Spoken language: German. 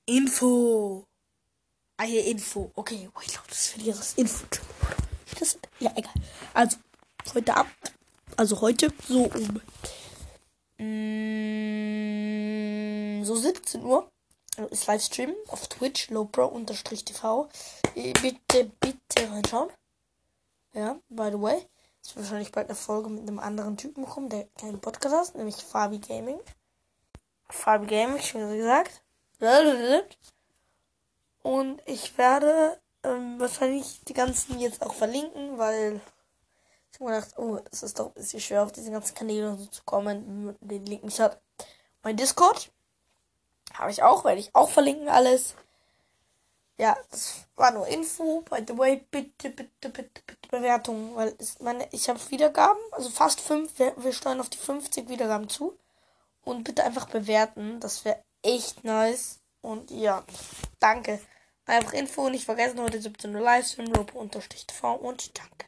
Info. Ah, hier Info. Okay, oh, ich glaube, das ist für dieses Info. Ja, egal. Also, heute so so 17 Uhr ist Livestream auf Twitch, lowpro_tv. Bitte reinschauen. Ja, by the way. Ist wahrscheinlich bald eine Folge mit einem anderen Typen kommen, der keinen Podcast hat, nämlich Fabi Gaming. Fabi Gaming, schon gesagt. Und ich werde wahrscheinlich die ganzen jetzt auch verlinken, weil ich habe mir gedacht, oh, es ist doch ein bisschen schwer, auf diese ganzen Kanäle so zu kommen, den Link nicht hat. Mein Discord habe ich auch, werde ich auch verlinken alles. Ja, das war nur Info. By the way, bitte Bewertungen, weil ich habe Wiedergaben, also fast 5, wir steuern auf die 50 Wiedergaben zu. Und bitte einfach bewerten, das wäre echt nice. Und ja, danke. Einfach Info, nicht vergessen, heute 17 Uhr Livestream, ropo_tv und danke.